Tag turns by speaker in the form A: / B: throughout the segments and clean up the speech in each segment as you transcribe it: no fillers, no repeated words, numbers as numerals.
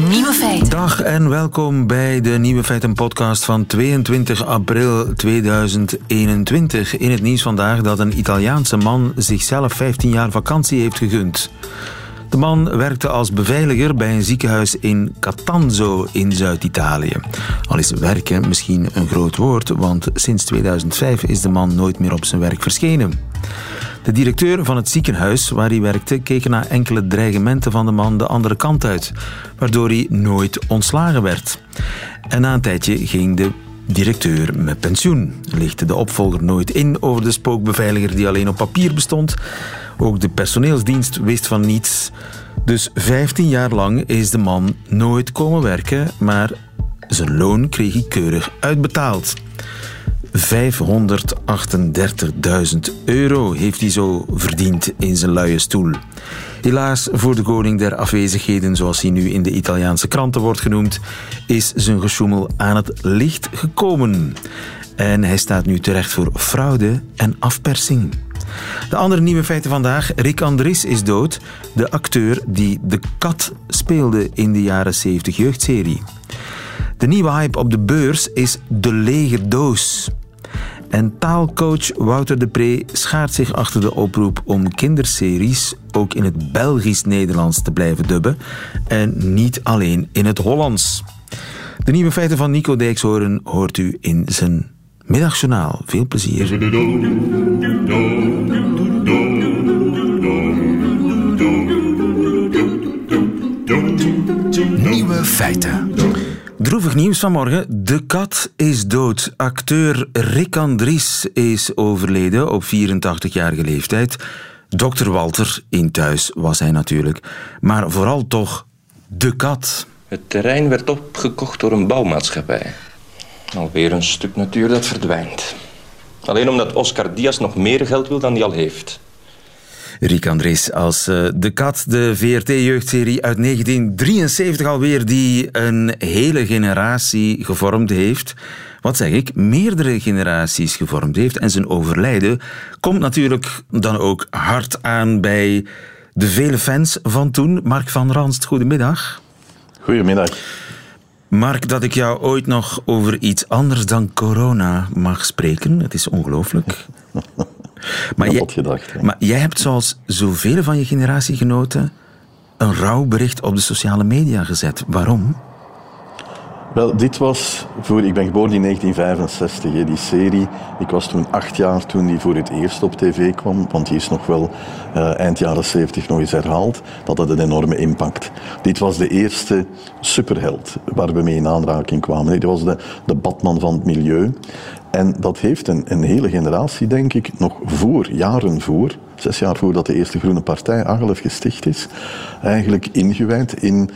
A: Nieuwe Feiten.
B: Dag en welkom bij de Nieuwe Feiten podcast van 22 april 2021. In het nieuws vandaag dat een Italiaanse man zichzelf 15 jaar vakantie heeft gegund. De man werkte als beveiliger bij een ziekenhuis in Catanzo in Zuid-Italië. Al is werken misschien een groot woord, want sinds 2005 is de man nooit meer op zijn werk verschenen. De directeur van het ziekenhuis waar hij werkte keek na enkele dreigementen van de man de andere kant uit, waardoor hij nooit ontslagen werd. En na een tijdje ging de directeur met pensioen. Lichtte de opvolger nooit in over de spookbeveiliger die alleen op papier bestond. Ook de personeelsdienst wist van niets. Dus 15 jaar lang is de man nooit komen werken, maar zijn loon kreeg hij keurig uitbetaald. €538.000 heeft hij zo verdiend in zijn luie stoel. Helaas voor de koning der afwezigheden, zoals hij nu in de Italiaanse kranten wordt genoemd, is zijn gesjoemel aan het licht gekomen. En hij staat nu terecht voor fraude en afpersing. De andere nieuwe feiten vandaag. Rick Andries is dood, de acteur die de kat speelde in de jaren 70 jeugdserie. De nieuwe hype op de beurs is de lege doos. En taalcoach Wouter de Pre schaart zich achter de oproep om kinderseries ook in het Belgisch-Nederlands te blijven dubben en niet alleen in het Hollands. De nieuwe feiten van Nico Dijkshoorn hoort u in zijn middagjournaal. Veel plezier.
A: Nieuwe Feiten.
B: Droevig nieuws vanmorgen. De kat is dood. Acteur Rick Andries is overleden op 84-jarige leeftijd. Dr. Walter in Thuis was hij natuurlijk. Maar vooral toch de kat.
C: Het terrein werd opgekocht door een bouwmaatschappij. Alweer een stuk natuur dat verdwijnt. Alleen omdat Oscar Diaz nog meer geld wil dan hij al heeft.
B: Rick Andries als de kat, de VRT-jeugdserie uit 1973 alweer, die een hele generatie gevormd heeft. Wat zeg ik? Meerdere generaties gevormd heeft. En zijn overlijden komt natuurlijk dan ook hard aan bij de vele fans van toen. Mark van Ranst, goedemiddag.
D: Goedemiddag.
B: Mark, dat ik jou ooit nog over iets anders dan corona mag spreken. Het is ongelooflijk. Maar jij hebt zoals zoveel van je generatiegenoten een rouwbericht op de sociale media gezet. Waarom?
D: Wel, dit was ik ben geboren in 1965, die serie. Ik was toen 8 jaar toen die voor het eerst op tv kwam, want die is nog wel eind jaren 70 nog eens herhaald. Dat had een enorme impact. Dit was de eerste superheld waar we mee in aanraking kwamen. Dit was de Batman van het milieu. En dat heeft een hele generatie, denk ik, nog jaren voor, 6 jaar voordat de eerste Groene Partij, Aggelef, gesticht is, eigenlijk ingewijd in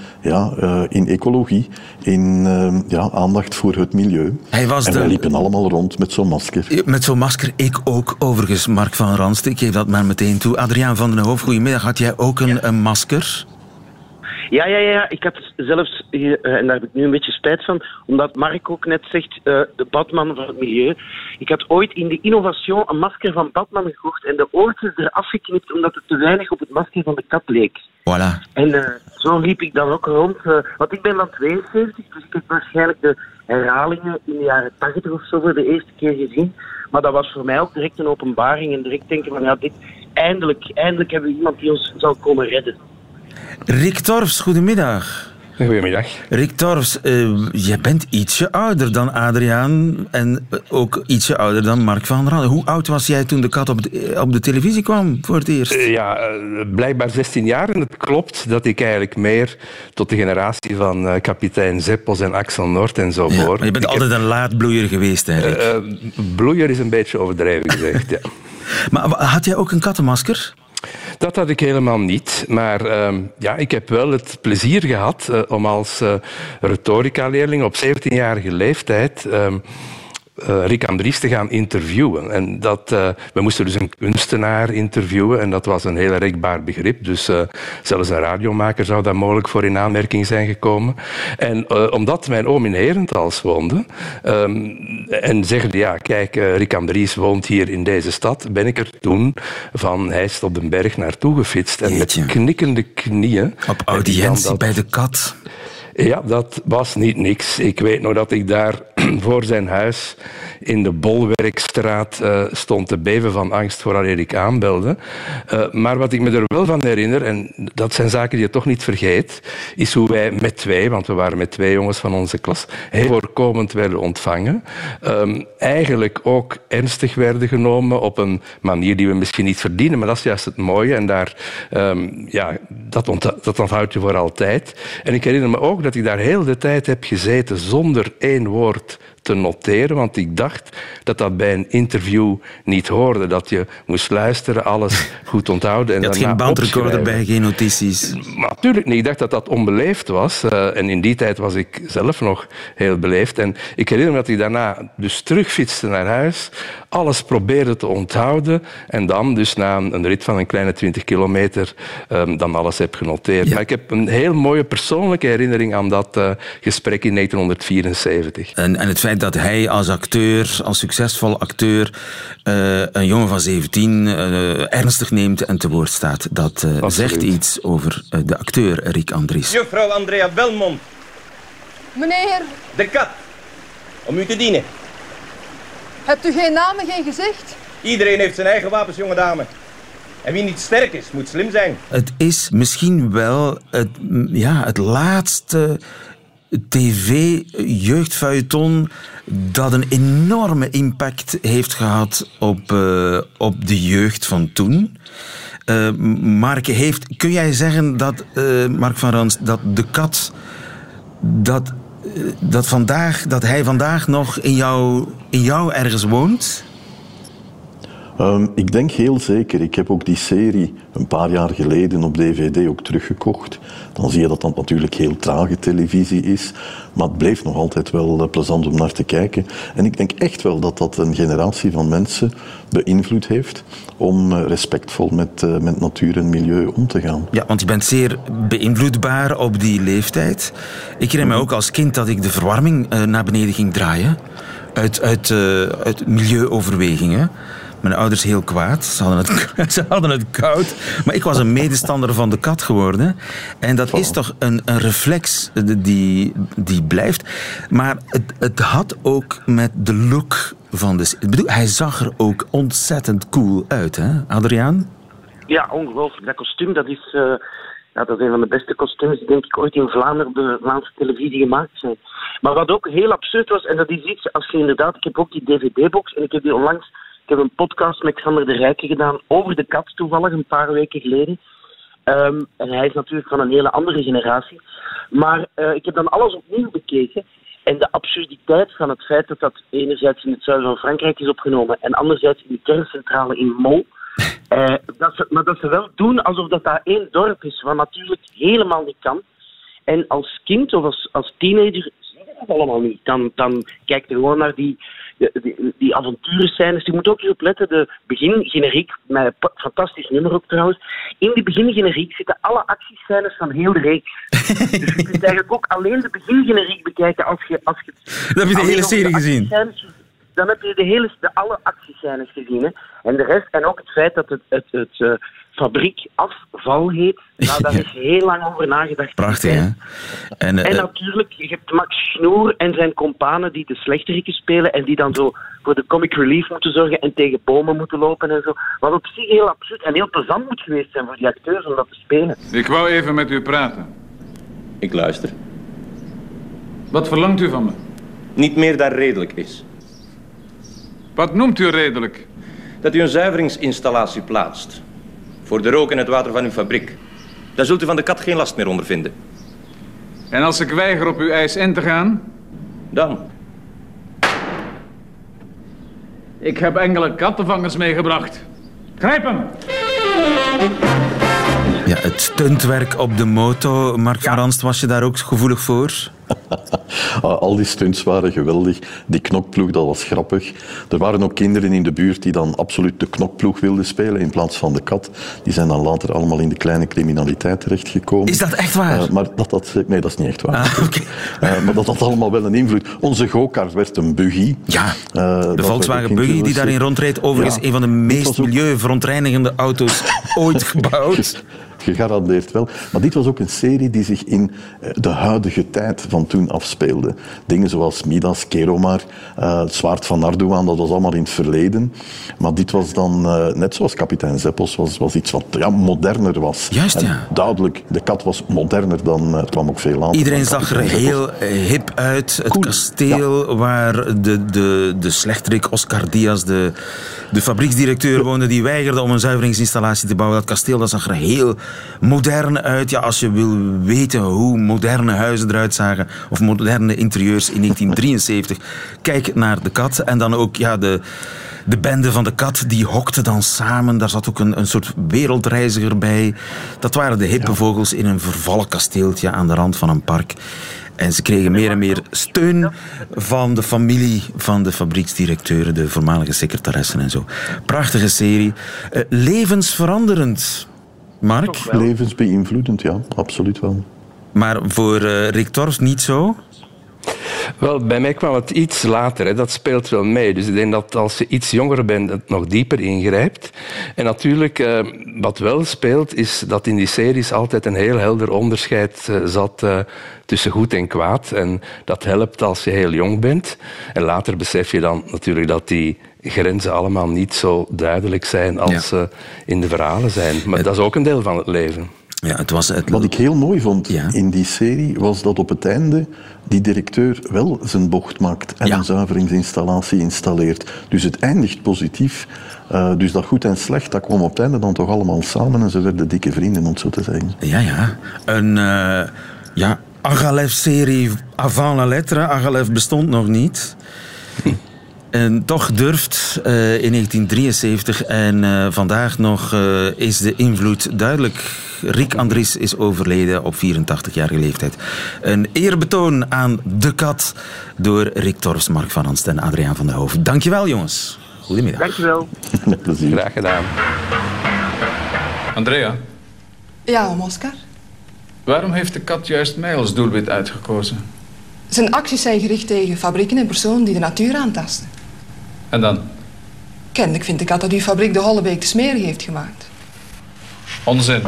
D: ecologie, in aandacht voor het milieu. Wij liepen allemaal rond met zo'n masker.
B: Met zo'n masker, ik ook overigens, Mark van Ranst. Ik geef dat maar meteen toe. Adriaan van den Hoof, goedemiddag. Had jij ook een masker?
E: Ja. Ik had zelfs, en daar heb ik nu een beetje spijt van, omdat Mark ook net zegt, de Batman van het milieu. Ik had ooit in de Innovation een masker van Batman gekocht en de oortjes eraf geknipt omdat het te weinig op het masker van de kat leek.
B: Voilà.
E: En zo liep ik dan ook rond. Want ik ben van 72, dus ik heb waarschijnlijk de herhalingen in de jaren 80 of zo voor de eerste keer gezien. Maar dat was voor mij ook direct een openbaring en direct denken van, eindelijk hebben we iemand die ons zal komen redden.
B: Rick Torfs, goedemiddag.
F: Goedemiddag.
B: Rick Torfs, jij bent ietsje ouder dan Adriaan en ook ietsje ouder dan Mark van Ranst. Hoe oud was jij toen de kat op de televisie kwam voor het eerst?
F: Blijkbaar 16 jaar. En het klopt dat ik eigenlijk meer tot de generatie van kapitein Zeppels en Axel Noord en zo hoor.
B: Maar je bent altijd een laadbloeier geweest, hè, Rick?
F: Bloeier is een beetje overdreven gezegd, ja.
B: Maar had jij ook een kattenmasker?
F: Dat had ik helemaal niet. Maar ik heb wel het plezier gehad om als retorica-leerling op 17-jarige leeftijd Rick Andries te gaan interviewen. En we moesten dus een kunstenaar interviewen en dat was een heel rekbaar begrip. Dus zelfs een radiomaker zou daar mogelijk voor in aanmerking zijn gekomen. En omdat mijn oom in Herentals woonde en zegde, kijk, Rick Andries woont hier in deze stad, ben ik er toen van Heist op den Berg naartoe gefietst. En met knikkende knieën...
B: Op audiëntie bij de kat...
F: Ja, dat was niet niks. Ik weet nog dat ik daar voor zijn huis in de Bolwerkstraat stond te beven van angst vooraleer ik aanbelde. Maar wat ik me er wel van herinner, en dat zijn zaken die je toch niet vergeet, is hoe wij met 2, want we waren met 2 jongens van onze klas, heel voorkomend werden ontvangen. Eigenlijk ook ernstig werden genomen op een manier die we misschien niet verdienen, maar dat is juist het mooie. En daar, dat onthoud je voor altijd. En ik herinner me ook dat ik daar heel de tijd heb gezeten zonder 1 woord te noteren, want ik dacht dat dat bij een interview niet hoorde. Dat je moest luisteren, alles goed onthouden en
B: je had
F: daarna
B: geen bandrecorder
F: opschrijven.
B: bij, geen notities?
F: Maar natuurlijk niet. Ik dacht dat dat onbeleefd was. En in die tijd was ik zelf nog heel beleefd. En ik herinner me dat ik daarna dus terugfietste naar huis, alles probeerde te onthouden en dan dus na een rit van een kleine 20 kilometer dan alles heb genoteerd. Ja. Maar ik heb een heel mooie persoonlijke herinnering aan dat gesprek in 1974.
B: En het feit dat hij als acteur, als succesvol acteur, een jongen van 17 ernstig neemt en te woord staat, dat zegt iets over de acteur Rick Andries.
C: Juffrouw Andrea Belmont.
A: Meneer.
C: De kat. Om u te dienen.
A: Hebt u geen naam en geen gezicht?
C: Iedereen heeft zijn eigen wapens, jonge dame. En wie niet sterk is, moet slim zijn.
B: Het is misschien wel het laatste tv-jeugdfeuilleton dat een enorme impact heeft gehad op de jeugd van toen. Mark, kun jij zeggen dat, Mark van Ranst, dat de kat, dat hij vandaag nog in jou ergens woont?
D: Ik denk heel zeker. Ik heb ook die serie een paar jaar geleden op DVD ook teruggekocht. Dan zie je dat dat natuurlijk heel trage televisie is. Maar het bleef nog altijd wel plezant om naar te kijken. En ik denk echt wel dat dat een generatie van mensen beïnvloed heeft om respectvol met natuur en milieu om te gaan.
B: Ja, want je bent zeer beïnvloedbaar op die leeftijd. Ik herinner me ook als kind dat ik de verwarming naar beneden ging draaien. Uit milieuoverwegingen. Mijn ouders heel kwaad. Ze hadden het koud. Maar ik was een medestander van de kat geworden. En dat is toch een reflex die blijft. Maar het had ook met de look van de... Ik bedoel, hij zag er ook ontzettend cool uit, hè, Adriaan?
E: Ja, ongelooflijk. Dat kostuum, dat is een van de beste kostuums die denk ik ooit in Vlaanderen op de Vlaamse televisie gemaakt zijn. Maar wat ook heel absurd was, en dat is iets, als je inderdaad... Ik heb ook die DVD-box en ik heb die onlangs... Ik heb een podcast met Xander de Rijken gedaan over de kat toevallig, een paar weken geleden. En hij is natuurlijk van een hele andere generatie. Maar ik heb dan alles opnieuw bekeken. En de absurditeit van het feit dat enerzijds in het zuiden van Frankrijk is opgenomen en anderzijds in de kerncentrale in Mol. Maar dat ze wel doen alsof dat 1 dorp is, wat natuurlijk helemaal niet kan. En als kind of als teenager zie je dat allemaal niet. Dan kijk je gewoon naar die avonturenscènes. Je moet ook eens opletten, de begingeneriek, met een fantastisch nummer ook trouwens. In die begingeneriek zitten alle actiescènes van heel de reeks. Dus je kunt eigenlijk ook alleen de begingeneriek bekijken als je
B: Dan heb je de hele serie gezien.
E: Dan heb je alle actiescènes gezien. Hè. En de rest, en ook het feit dat het fabriek afval heet, daar is heel lang over nagedacht.
B: Prachtig, hè?
E: En natuurlijk, je hebt Max Snoer en zijn companen die de slechteriken spelen en die dan zo voor de comic relief moeten zorgen en tegen bomen moeten lopen en zo. Wat op zich heel absurd en heel plezant moet geweest zijn voor die acteurs om dat te spelen.
G: Ik wou even met u praten.
C: Ik luister.
G: Wat verlangt u van me?
C: Niet meer dan redelijk is.
G: Wat noemt u redelijk?
C: Dat u een zuiveringsinstallatie plaatst. Voor de rook en het water van uw fabriek. Dan zult u van de kat geen last meer ondervinden.
G: En als ik weiger op uw eis in te gaan?
C: Dan?
G: Ik heb enkele kattenvangers meegebracht. Grijp hem!
B: Ja, het stuntwerk op de moto. Mark van Ranst, was je daar ook gevoelig voor?
D: Al die stunts waren geweldig. Die knokploeg, dat was grappig. Er waren ook kinderen in de buurt die dan absoluut de knokploeg wilden spelen in plaats van de kat. Die zijn dan later allemaal in de kleine criminaliteit terechtgekomen.
B: Is dat echt waar?
D: Nee, dat is niet echt waar.
B: Okay.
D: Maar dat had allemaal wel een invloed. Onze go-kart werd een buggy.
B: Ja, de Volkswagen Buggy die daarin rondreed. Overigens een van de meest milieuverontreinigende auto's ooit gebouwd.
D: Gegarandeerd wel. Maar dit was ook een serie die zich in de huidige tijd van toen afspeelde. Dingen zoals Midas, Keromar, het zwaard van Arduan, dat was allemaal in het verleden. Maar dit was dan, net zoals kapitein Zeppels, was iets wat moderner was.
B: Juist, ja.
D: En duidelijk, de kat was moderner dan, het kwam ook veel later.
B: Iedereen zag er heel hip uit. Het kasteel waar de slechterik Oscar Diaz, de fabrieksdirecteur, woonde, die weigerde om een zuiveringsinstallatie te bouwen. Dat kasteel dat zag er heel modern uit. Ja, als je wil weten hoe moderne huizen eruit zagen, of moderne interieurs in 1973, kijk naar de kat. En dan ook de bende van de kat, die hokte dan samen. Daar zat ook een soort wereldreiziger bij. Dat waren de hippe vogels in een vervallen kasteeltje aan de rand van een park. En ze kregen meer en meer steun van de familie van de fabrieksdirecteuren, de voormalige secretaressen en zo. Prachtige serie. Levensveranderend, Mark?
D: Levensbeïnvloedend, ja, absoluut wel.
B: Maar voor Rick Torfs niet zo?
F: Wel, bij mij kwam het iets later. Hè. Dat speelt wel mee. Dus ik denk dat als je iets jonger bent, het nog dieper ingrijpt. En natuurlijk, wat wel speelt, is dat in die series altijd een heel helder onderscheid zat tussen goed en kwaad. En dat helpt als je heel jong bent. En later besef je dan natuurlijk dat die grenzen allemaal niet zo duidelijk zijn als ze in de verhalen zijn. Maar dat is ook een deel van het leven.
B: Ja,
D: Wat ik heel mooi vond in die serie was dat op het einde die directeur wel zijn bocht maakt en een zuiveringsinstallatie installeert. Dus het eindigt positief. Dus dat goed en slecht, dat kwam op het einde dan toch allemaal samen en ze werden dikke vrienden, om het zo te zeggen.
B: Ja. Een Agalev-serie avant la lettre. Agalev bestond nog niet. En toch durft in 1973 en vandaag nog is de invloed duidelijk. Rick Andries is overleden op 84-jarige leeftijd. Een eerbetoon aan de kat door Rick Torfs, Mark van Ranst en Adriaan van der Hoofd. Dankjewel, jongens. Goedemiddag.
E: Dankjewel.
D: Met plezier.
F: Graag gedaan.
G: Andrea,
A: Ja, Oscar.
G: waarom heeft de kat juist mij als doelwit uitgekozen?
A: Zijn acties zijn gericht tegen fabrieken en personen die de natuur aantasten.
G: En dan?
A: Kennelijk vindt de kat dat uw fabriek de Hollebeek te smerig heeft gemaakt.
G: Onzin.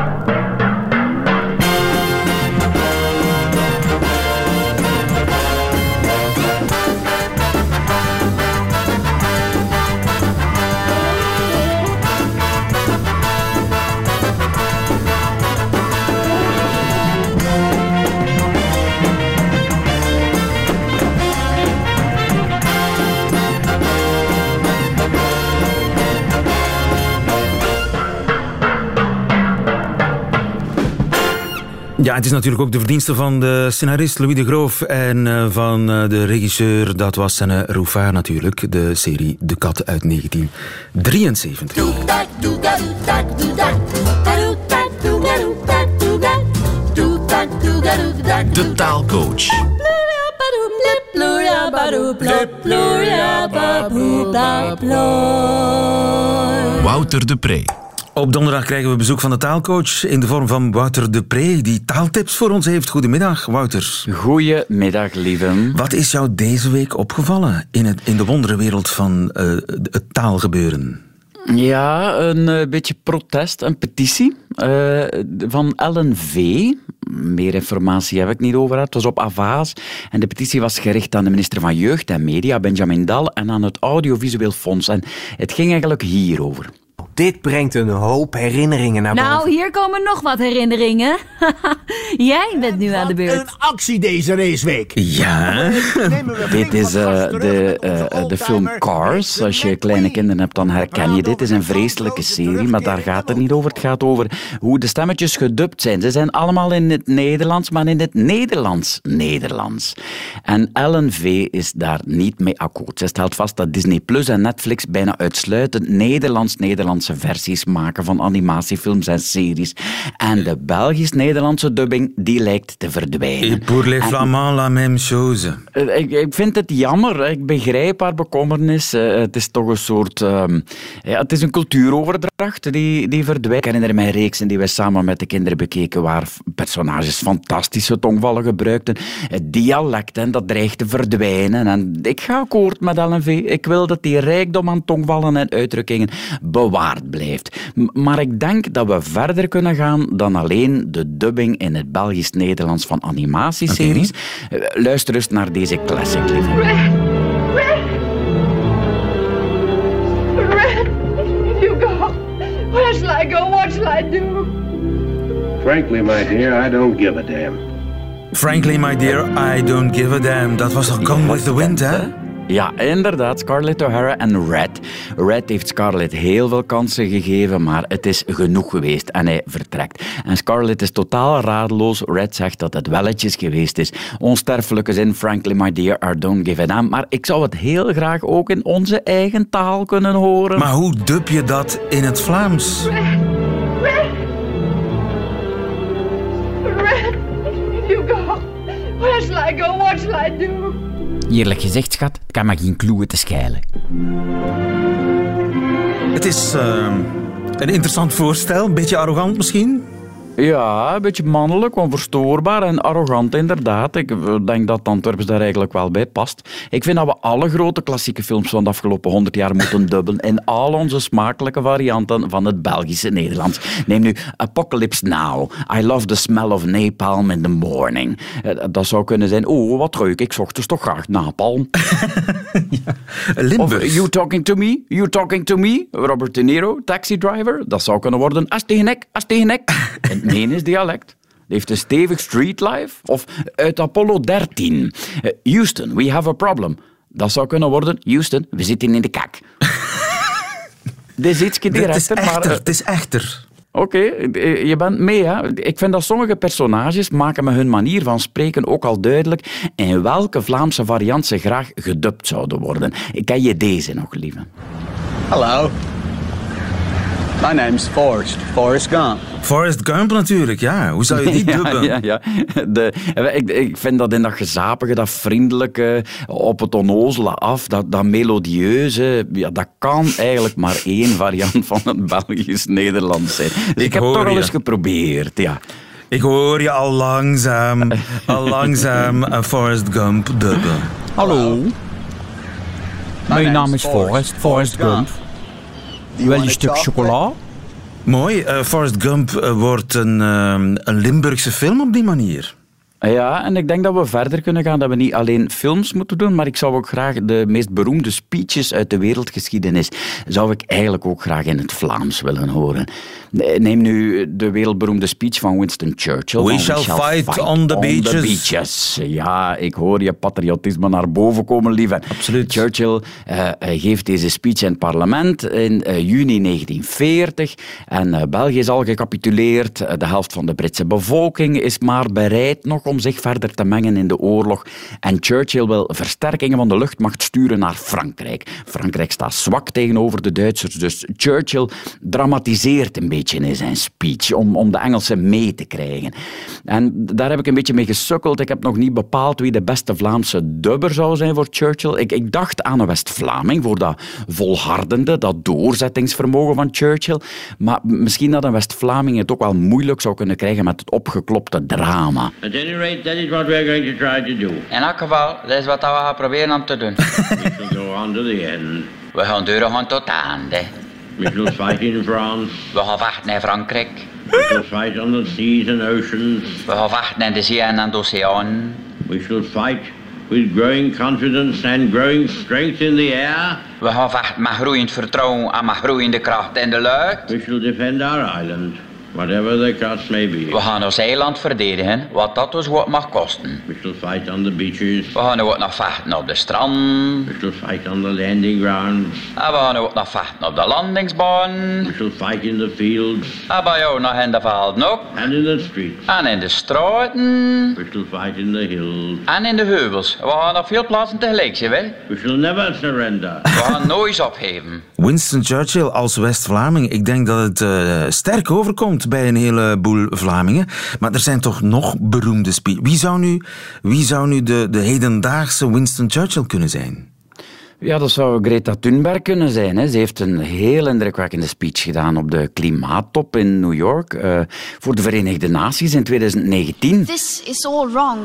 B: Ja, het is natuurlijk ook de verdienste van de scenarist Louis de Groof en van de regisseur, dat was Senne Rouffard natuurlijk, de serie De Kat uit 1973.
H: De taalcoach. Wouter de Pre.
B: Op donderdag krijgen we bezoek van de taalcoach in de vorm van Wouter de Pre, die taaltips voor ons heeft. Goedemiddag, Wouter.
I: Goedemiddag, lieve.
B: Wat is jou deze week opgevallen in de wonderenwereld van het taalgebeuren?
I: Ja, een beetje protest, een petitie van Ellen V. Meer informatie heb ik niet over. Het was op Avaaz. En de petitie was gericht aan de minister van Jeugd en Media, Benjamin Dal, en aan het Audiovisueel Fonds. En het ging eigenlijk hierover.
J: Dit brengt een hoop herinneringen naar boven.
K: Nou, hier komen nog wat herinneringen. Jij bent nu aan de beurt.
J: Een actie deze raceweek.
B: Ja.
I: Dit is de film Cars. Als je kleine kinderen hebt, dan herken je dit. Het is een vreselijke serie, maar daar gaat het niet over. Het gaat over hoe de stemmetjes gedubt zijn. Ze zijn allemaal in het Nederlands, maar in het Nederlands. En Ellen V. is daar niet mee akkoord. Zij stelt vast dat Disney Plus en Netflix bijna uitsluitend Nederlands Nederlandse versies maken van animatiefilms en series. En de Belgisch-Nederlandse dubbing, die lijkt te verdwijnen.
B: Et pour les Flamands la même chose.
I: Ik vind het jammer. Ik begrijp haar bekommernis. Het is toch een soort... het is een cultuuroverdracht die verdwijnt. Ik herinner mij reeksen die wij samen met de kinderen bekeken, waar personages fantastische tongvallen gebruikten. Het dialect, en dat dreigt te verdwijnen. En ik ga akkoord met LNV. Ik wil dat die rijkdom aan tongvallen en uitdrukkingen bewaard blijft. Maar ik denk dat we verder kunnen gaan dan alleen de dubbing in het Belgisch-Nederlands van animatieseries. Okay. Luister eens naar deze classic.
L: Red! Hugo! Where shall I go? What shall I do?
M: Frankly, my dear, I don't give a damn.
B: Frankly, my dear, I don't give a damn. Dat was toch Gone with the Wind, hè?
I: Ja, inderdaad. Scarlett O'Hara en Red. Red heeft Scarlett heel veel kansen gegeven, maar het is genoeg geweest en hij vertrekt. En Scarlett is totaal radeloos. Red zegt dat het welletjes geweest is. Onsterfelijke zin, frankly my dear, I don't give a damn. Maar ik zou het heel graag ook in onze eigen taal kunnen horen.
B: Maar hoe dub je dat in het Vlaams?
L: Red! Hugo! Where shall I go? What shall I do?
I: Eerlijk gezegd, schat, het kan maar geen kloeien te schelen.
B: Het is een interessant voorstel, een beetje arrogant misschien.
I: Ja, een beetje mannelijk, onverstoorbaar en arrogant inderdaad. Ik denk dat Antwerps daar eigenlijk wel bij past. Ik vind dat we alle grote klassieke films van de afgelopen 100 jaar moeten dubben in al onze smakelijke varianten van het Belgische Nederlands. Neem nu Apocalypse Now. I love the smell of napalm in the morning. Dat zou kunnen zijn, oh, wat ruik ik 's ochtends toch graag napalm.
B: Ja, Limburg.
I: Of You Talking to Me? You Talking to Me? Robert De Niro, Taxi Driver. Dat zou kunnen worden As tegen nek, As tegen nek. In het Menes dialect. Heeft een stevig street life. Of uit Apollo 13. Houston, we have a problem. Dat zou kunnen worden Houston, we zitten in de kak. Dit is iets directer, maar...
B: Het is echter.
I: Oké, je bent mee, hè. Ik vind dat sommige personages maken met hun manier van spreken ook al duidelijk in welke Vlaamse variant ze graag gedubt zouden worden. Ken je deze nog, lieve?
N: Hallo. My name's Forrest Gump.
B: Forrest Gump natuurlijk, ja. Hoe zou je die dubben?
I: Ja. Ik vind dat in dat gezapige, dat vriendelijke, op het onnozele af, dat melodieuze, ja, dat kan eigenlijk maar één variant van het Belgisch-Nederlands zijn. Dus ik heb het toch al eens geprobeerd, ja.
B: Ik hoor je al langzaam Forrest Gump dubben.
O: Hallo. Mijn naam is Forrest Gump. Wil je een stuk chocola?
B: Mooi. Forrest Gump wordt een Limburgse film op die manier.
I: Ja, en ik denk dat we verder kunnen gaan, dat we niet alleen films moeten doen, maar ik zou ook graag de meest beroemde speeches uit de wereldgeschiedenis, zou ik eigenlijk ook graag in het Vlaams willen horen. Neem nu de wereldberoemde speech van Winston Churchill.
B: We shall fight on the beaches.
I: Ja, ik hoor je patriotisme naar boven komen, lieve.
B: Absoluut.
I: Churchill geeft deze speech in het parlement in juni 1940 en België is al gecapituleerd. De helft van de Britse bevolking is maar bereid nog om zich verder te mengen in de oorlog. En Churchill wil versterkingen van de luchtmacht sturen naar Frankrijk. Frankrijk staat zwak tegenover de Duitsers, dus Churchill dramatiseert een beetje in zijn speech om de Engelsen mee te krijgen. En daar heb ik een beetje mee gesukkeld. Ik heb nog niet bepaald wie de beste Vlaamse dubber zou zijn voor Churchill. Ik dacht aan een West-Vlaming voor dat volhardende, dat doorzettingsvermogen van Churchill. Maar misschien dat een West-Vlaming het ook wel moeilijk zou kunnen krijgen met het opgeklopte drama.
P: At any rate, that is what we're going to try to do.
Q: In elk geval, dat is wat we gaan proberen om te doen.
P: We shall go on to the end.
Q: We gaan deuren tot het einde.
P: We shall fight in France.
Q: We gaan vechten in Frankrijk.
P: We shall fight on the seas and oceans.
Q: We gaan vechten in de zee en aan de oceaan.
P: We shall fight with growing confidence and growing strength in the air.
Q: We gaan vechten met groeiend vertrouwen en met groeiende kracht in de lucht.
P: We shall defend our island. whatever the cost may be.
Q: We gaan ons eiland verdedigen, wat dat ons wat mag kosten.
P: We shall fight on the beaches.
Q: We gaan ook nog vechten op de stranden.
P: We shall fight on the landing grounds.
Q: En we gaan ook nog vechten op de landingsbaan.
P: We shall fight in the fields.
Q: En bij jou nog in de velden ook.
P: And in the streets.
Q: En in de straten.
P: We shall fight in the hills.
Q: En in de heuvels. We gaan op veel plaatsen tegelijk, zie je.
P: We shall never surrender.
Q: We gaan nooit opgeven.
B: Winston Churchill als West-Vlaming. Ik denk dat het sterk overkomt bij een heleboel Vlamingen. Maar er zijn toch nog beroemde Wie zou nu de hedendaagse Winston Churchill kunnen zijn?
I: Ja, dat zou Greta Thunberg kunnen zijn. Hè. Ze heeft een heel indrukwekkende speech gedaan op de klimaattop in New York voor de Verenigde Naties in 2019.
R: This is all wrong.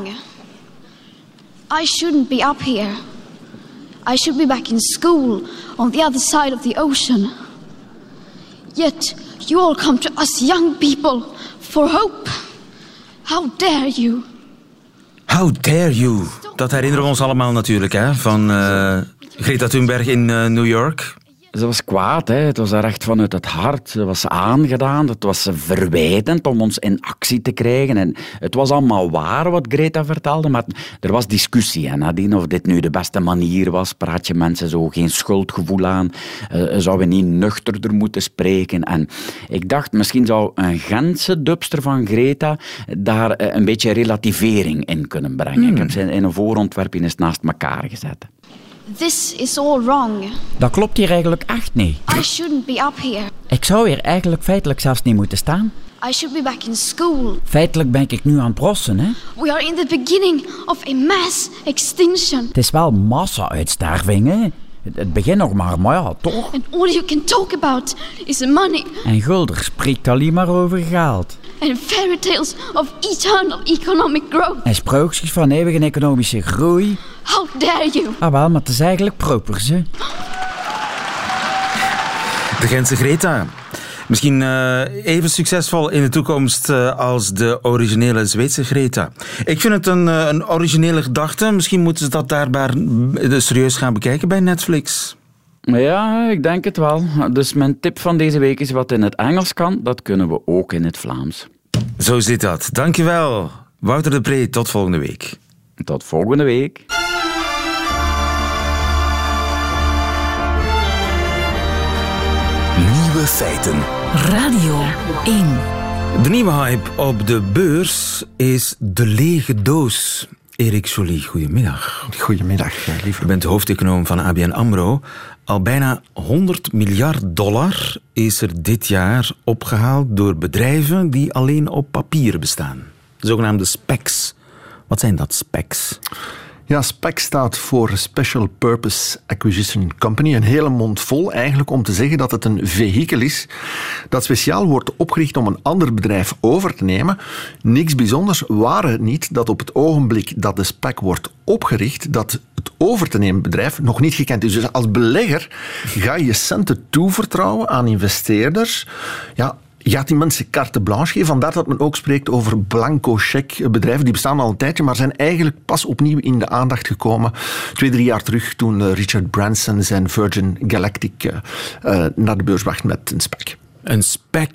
R: I shouldn't be up here. I should be back in school on the other side of the ocean. Yet you all come to us young people for hope. How dare you?
B: How dare you? Dat herinneren we ons allemaal natuurlijk, hè? Van Greta Thunberg in New York.
I: Ze was kwaad, hè. Het was haar echt vanuit het hart. Ze was aangedaan, het was verwijtend om ons in actie te krijgen. En het was allemaal waar wat Greta vertelde, maar er was discussie. En nadien of dit nu de beste manier was, praat je mensen zo geen schuldgevoel aan. Zouden we niet nuchterder moeten spreken? En ik dacht, misschien zou een Gentse dubster van Greta daar een beetje relativering in kunnen brengen. Ik heb ze in een voorontwerpje eens naast elkaar gezet.
R: This is all wrong.
O: Dat klopt hier eigenlijk echt niet.
R: I shouldn't be up here.
O: Ik zou hier eigenlijk feitelijk zelfs niet moeten staan.
R: I should be back in school.
O: Feitelijk ben ik nu aan het brossen, hè.
R: We are in the beginning of a mass extinction.
O: Het is wel massa-uitsterving, hè. Het begint nog maar ja, toch?
R: And all you can talk about is money.
O: En Gulder spreekt alleen maar over geld.
R: And fairy tales of eternal economic growth.
O: En sprookjes van eeuwige economische groei.
R: How dare you?
O: Ah wel, maar het is eigenlijk propers, hè.
B: De Gentse Greta. Misschien even succesvol in de toekomst als de originele Zweedse Greta. Ik vind het een originele gedachte. Misschien moeten ze dat daar serieus gaan bekijken bij Netflix.
I: Ja, ik denk het wel. Dus mijn tip van deze week is wat in het Engels kan, dat kunnen we ook in het Vlaams.
B: Zo zit dat. Dankjewel. Wouter de Pre, tot volgende week.
I: Tot volgende week.
H: Nieuwe feiten.
K: Radio 1.
B: De nieuwe hype op de beurs is de lege doos. Erik Joly, goedemiddag.
S: Goedemiddag, lieve.
B: U bent hoofdeconoom van ABN AMRO. Al bijna $100 miljard is er dit jaar opgehaald door bedrijven die alleen op papier bestaan. De zogenaamde SPACs. Wat zijn dat, SPACs?
S: Ja, SPAC staat voor Special Purpose Acquisition Company. Een hele mond vol eigenlijk om te zeggen dat het een vehikel is dat speciaal wordt opgericht om een ander bedrijf over te nemen. Niks bijzonders, ware het niet dat op het ogenblik dat de SPAC wordt opgericht, dat het over te nemen bedrijf nog niet gekend is. Dus als belegger ga je centen toevertrouwen aan investeerders. Ja, je gaat die mensen carte blanche geven. Vandaar dat men ook spreekt over blanco cheque bedrijven. Die bestaan al een tijdje, maar zijn eigenlijk pas opnieuw in de aandacht gekomen 2-3 jaar terug toen Richard Branson zijn Virgin Galactic naar de beurs bracht met een SPAC.
B: Een SPAC,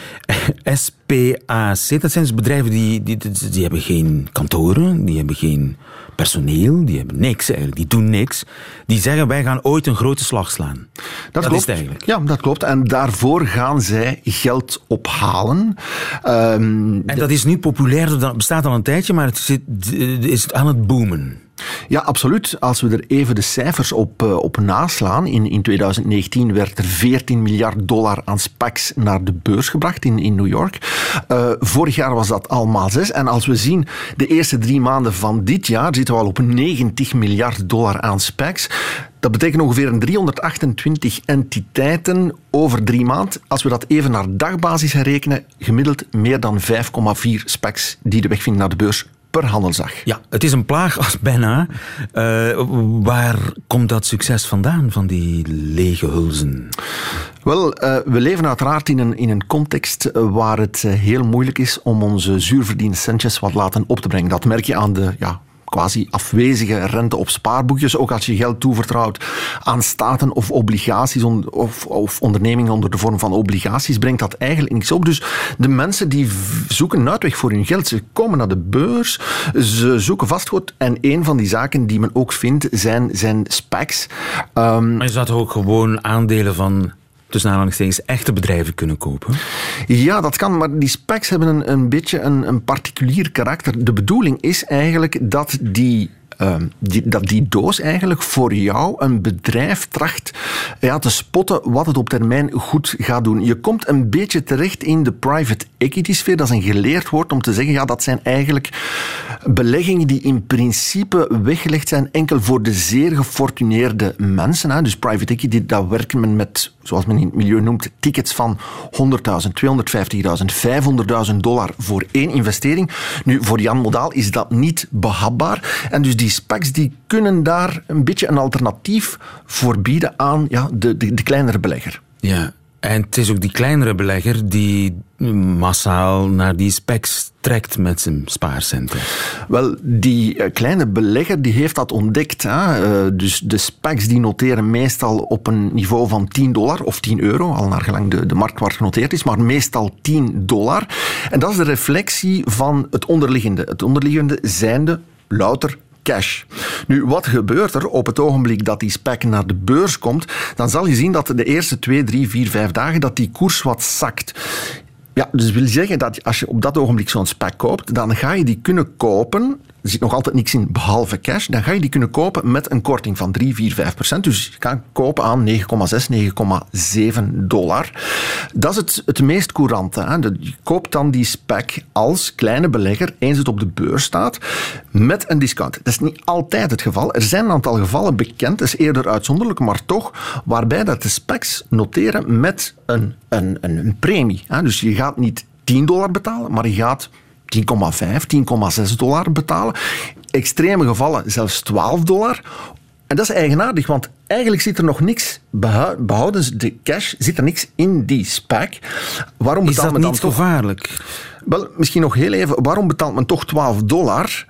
B: SPAC, dat zijn dus bedrijven die hebben geen kantoren, die hebben geen personeel, die hebben niks eigenlijk, die doen niks. Die zeggen, wij gaan ooit een grote slag slaan. Dat klopt. Is het eigenlijk.
S: Ja, dat klopt. En daarvoor gaan zij geld ophalen.
B: En dat is nu populairder, dat bestaat al een tijdje, maar het is aan het boomen.
S: Ja, absoluut. Als we er even de cijfers op naslaan. In 2019 werd er $14 miljard aan SPACs naar de beurs gebracht in New York. Vorig jaar was dat al maal 6. En als we zien de eerste 3 maanden van dit jaar zitten we al op $90 miljard aan SPACs. Dat betekent ongeveer een 328 entiteiten over 3 maanden. Als we dat even naar dagbasis herrekenen, gemiddeld meer dan 5,4 SPACs die de weg vinden naar de beurs per handelsdag.
B: Ja, het is een plaag als bijna. Waar komt dat succes vandaan, van die lege hulzen?
S: Wel, we leven uiteraard in een context waar het heel moeilijk is om onze zuurverdiende centjes wat laten op te brengen. Dat merk je aan de quasi afwezige rente op spaarboekjes. Ook als je geld toevertrouwt aan staten of obligaties of ondernemingen onder de vorm van obligaties, brengt dat eigenlijk niks op. Dus de mensen die zoeken een uitweg voor hun geld. Ze komen naar de beurs, ze zoeken vastgoed en een van die zaken die men ook vindt zijn SPACs.
B: Maar je zou toch ook gewoon aandelen van, tussen aanhalingstekens, echte bedrijven kunnen kopen?
S: Ja, dat kan, maar die SPACs hebben een beetje een particulier karakter. De bedoeling is eigenlijk dat die doos eigenlijk voor jou een bedrijf tracht te spotten wat het op termijn goed gaat doen. Je komt een beetje terecht in de private equity sfeer. Dat is een geleerd woord om te zeggen, dat zijn eigenlijk beleggingen die in principe weggelegd zijn enkel voor de zeer gefortuneerde mensen. Dus private equity, daar werken men met, zoals men in het milieu noemt, tickets van $100.000, $250.000, $500.000 voor één investering. Nu, voor Jan Modaal is dat niet behapbaar. En dus die SPACs die kunnen daar een beetje een alternatief voor bieden aan de kleinere belegger.
B: Ja, en het is ook die kleinere belegger die massaal naar die SPACs trekt met zijn spaarcenten.
S: Wel, die kleine belegger die heeft dat ontdekt. Dus de SPACs die noteren meestal op een niveau van $10 of €10, al naar gelang de marktwaarde genoteerd is, maar meestal $10. En dat is de reflectie van het onderliggende. Het onderliggende zijnde louter cash. Nu, wat gebeurt er op het ogenblik dat die SPAC naar de beurs komt? Dan zal je zien dat de eerste 2, 3, 4, 5 dagen dat die koers wat zakt. Ja, dus wil zeggen dat als je op dat ogenblik zo'n SPAC koopt, dan ga je die kunnen kopen. Er zit nog altijd niks in behalve cash. Dan ga je die kunnen kopen met een korting van 3, 4, 5%. Dus je kan kopen aan $9,6, $9,7. Dat is het meest courante. Je koopt dan die SPAC als kleine belegger eens het op de beurs staat met een discount. Dat is niet altijd het geval. Er zijn een aantal gevallen bekend, dat is eerder uitzonderlijk, maar toch, waarbij dat de SPACs noteren met een premie. Dus je gaat niet $10 betalen, maar je gaat $10,5, $10,6 betalen. Extreme gevallen zelfs $12. En dat is eigenaardig, want eigenlijk zit er nog niks, behouden ze de cash, zit er niks in die SPAC. Waarom
B: is dat niet gevaarlijk?
S: Wel, misschien nog heel even, waarom betaalt men toch $12?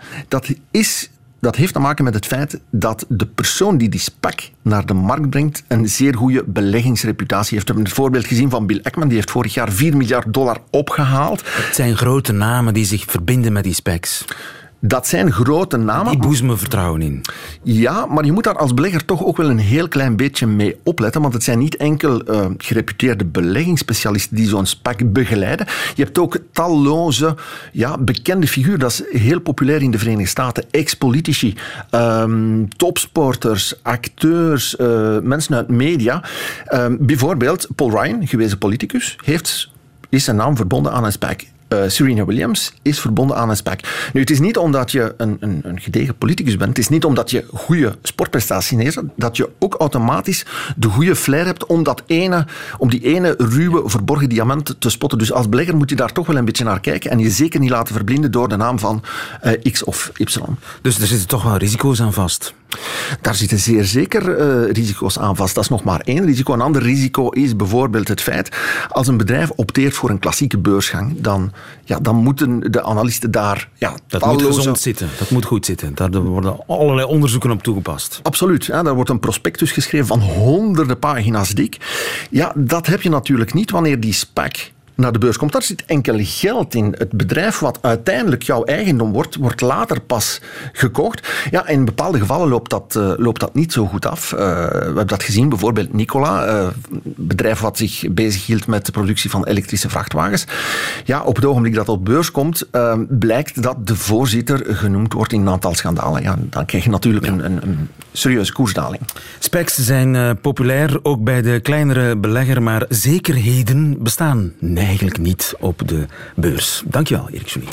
S: Dat heeft te maken met het feit dat de persoon die SPAC naar de markt brengt een zeer goede beleggingsreputatie heeft. We hebben het voorbeeld gezien van Bill Ackman, die heeft vorig jaar $4 miljard opgehaald.
B: Het zijn grote namen die zich verbinden met die SPACs.
S: Dat zijn grote namen.
B: Die boezemen vertrouwen in.
S: Ja, maar je moet daar als belegger toch ook wel een heel klein beetje mee opletten, want het zijn niet enkel gereputeerde beleggingsspecialisten die zo'n SPAC begeleiden. Je hebt ook talloze bekende figuren. Dat is heel populair in de Verenigde Staten. Ex-politici, topsporters, acteurs, mensen uit media. Bijvoorbeeld Paul Ryan, gewezen politicus, is zijn naam verbonden aan een SPAC. Serena Williams is verbonden aan een SPAC. Nu, het is niet omdat je een gedegen politicus bent, het is niet omdat je goede sportprestaties neerzet, dat je ook automatisch de goede flair hebt om die ene ruwe, verborgen diamant te spotten. Dus als belegger moet je daar toch wel een beetje naar kijken en je zeker niet laten verblinden door de naam van X of Y.
B: Dus er zitten toch wel risico's aan vast?
S: Daar zitten zeer zeker risico's aan vast. Dat is nog maar één risico. Een ander risico is bijvoorbeeld het feit, als een bedrijf opteert voor een klassieke beursgang, dan moeten de analisten daar...
B: dat moet gezond zitten. Dat moet goed zitten. Daar worden allerlei onderzoeken op toegepast.
S: Absoluut. Daar wordt een prospectus geschreven van honderden pagina's dik. Ja, dat heb je natuurlijk niet wanneer die SPAC naar de beurs komt. Daar zit enkel geld in. Het bedrijf wat uiteindelijk jouw eigendom wordt later pas gekocht. Ja, in bepaalde gevallen loopt dat niet zo goed af. We hebben dat gezien, bijvoorbeeld Nikola, een bedrijf wat zich bezighield met de productie van elektrische vrachtwagens. Ja, op het ogenblik dat op beurs komt, blijkt dat de voorzitter genoemd wordt in een aantal schandalen. Ja, dan krijg je natuurlijk een serieuze koersdaling.
B: SPACs zijn populair, ook bij de kleinere belegger, maar zekerheden bestaan eigenlijk niet op de beurs. Dankjewel, Erik Joly.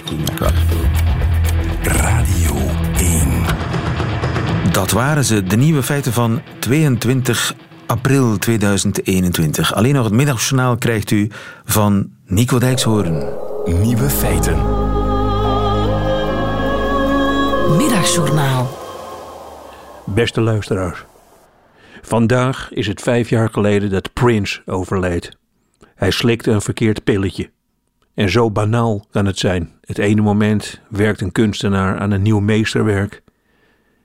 H: Radio 1.
B: Dat waren ze, de nieuwe feiten van 22 april 2021. Alleen nog het middagjournaal krijgt u van Nico Dijkshoorn.
H: Nieuwe feiten.
T: Middagjournaal.
U: Beste luisteraars. Vandaag is het 5 jaar geleden dat Prince overleed. Hij slikte een verkeerd pilletje. En zo banaal kan het zijn. Het ene moment werkt een kunstenaar aan een nieuw meesterwerk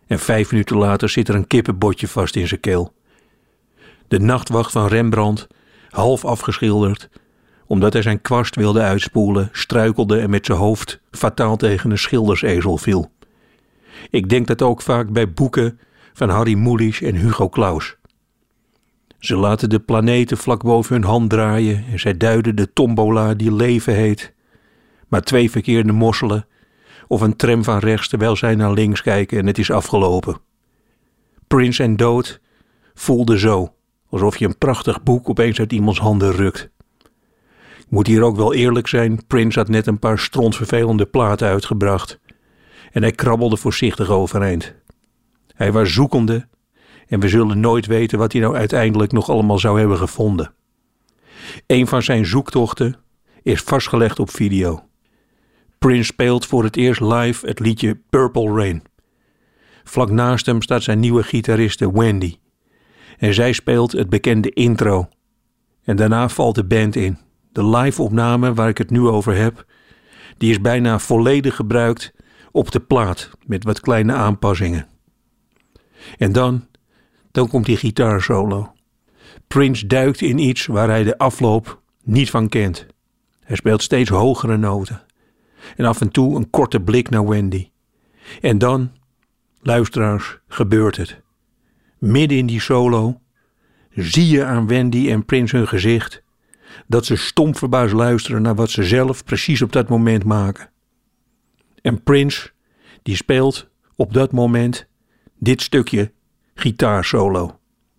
U: En 5 minuten later zit er een kippenbotje vast in zijn keel. De nachtwacht van Rembrandt, half afgeschilderd, omdat hij zijn kwast wilde uitspoelen, struikelde en met zijn hoofd fataal tegen een schildersezel viel. Ik denk dat ook vaak bij boeken van Harry Mulisch en Hugo Claus. Ze laten de planeten vlak boven hun hand draaien en zij duiden de tombola die leven heet. Maar 2 verkeerde mosselen of een tram van rechts terwijl zij naar links kijken en het is afgelopen. Prins en dood voelde zo, alsof je een prachtig boek opeens uit iemands handen rukt. Ik moet hier ook wel eerlijk zijn, Prince had net een paar strontvervelende platen uitgebracht en hij krabbelde voorzichtig overeind. Hij was zoekende en we zullen nooit weten wat hij nou uiteindelijk nog allemaal zou hebben gevonden. Een van zijn zoektochten is vastgelegd op video. Prince speelt voor het eerst live het liedje Purple Rain. Vlak naast hem staat zijn nieuwe gitariste Wendy. En zij speelt het bekende intro. En daarna valt de band in. De live-opname waar ik het nu over heb, die is bijna volledig gebruikt op de plaat met wat kleine aanpassingen. En dan komt die gitaarsolo. Prince duikt in iets waar hij de afloop niet van kent. Hij speelt steeds hogere noten. En af en toe een korte blik naar Wendy. En dan, luisteraars, gebeurt het. Midden in die solo zie je aan Wendy en Prince hun gezicht dat ze stom verbaasd luisteren naar wat ze zelf precies op dat moment maken. En Prince, die speelt op dat moment dit stukje gitaarsolo.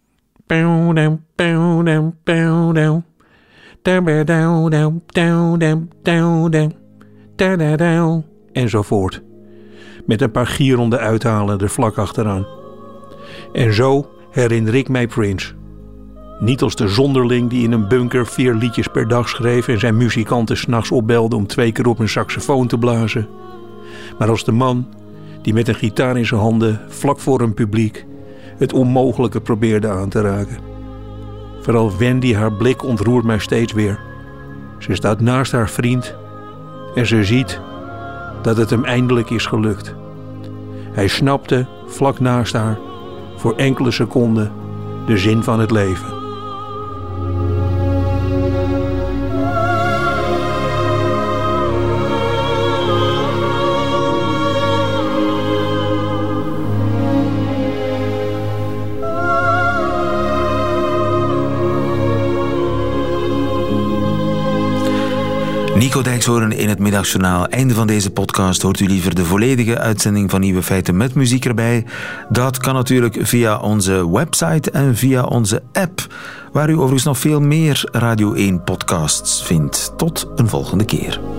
U: Enzovoort. Met een paar gierende uithalen er vlak achteraan. En zo herinner ik mij Prince. Niet als de zonderling die in een bunker 4 liedjes per dag schreef en zijn muzikanten 's nachts opbelde om 2 keer op een saxofoon te blazen. Maar als de man die met een gitaar in zijn handen vlak voor een publiek het onmogelijke probeerde aan te raken. Vooral Wendy, haar blik ontroert mij steeds weer. Ze staat naast haar vriend en ze ziet dat het hem eindelijk is gelukt. Hij snapte vlak naast haar voor enkele seconden de zin van het leven.
B: Nico Dijkshoorn in het Middagjournaal. Einde van deze podcast. Hoort u liever de volledige uitzending van Nieuwe Feiten met muziek erbij? Dat kan natuurlijk via onze website en via onze app, waar u overigens nog veel meer Radio 1 podcasts vindt. Tot een volgende keer.